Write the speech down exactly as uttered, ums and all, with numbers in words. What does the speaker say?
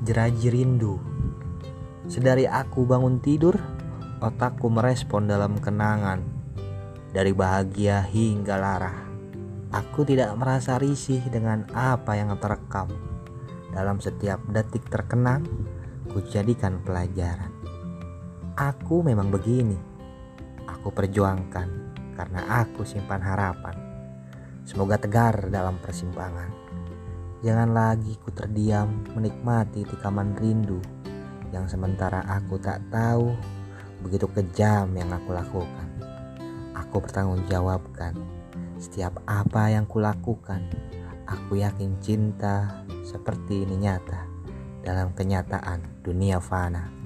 Jeraji rindu. Sedari aku bangun tidur, otakku merespon dalam kenangan. Dari bahagia hingga lara, aku tidak merasa risih dengan apa yang terekam. Dalam setiap detik terkenang, ku jadikan pelajaran. Aku memang begini. Aku perjuangkan karena aku simpan harapan. Semoga tegar dalam persimpangan. Jangan lagi ku terdiam menikmati tikaman rindu yang sementara aku tak tahu begitu kejam yang aku lakukan. Aku bertanggung jawabkan setiap apa yang kulakukan. Aku yakin cinta seperti ini nyata dalam kenyataan dunia fana.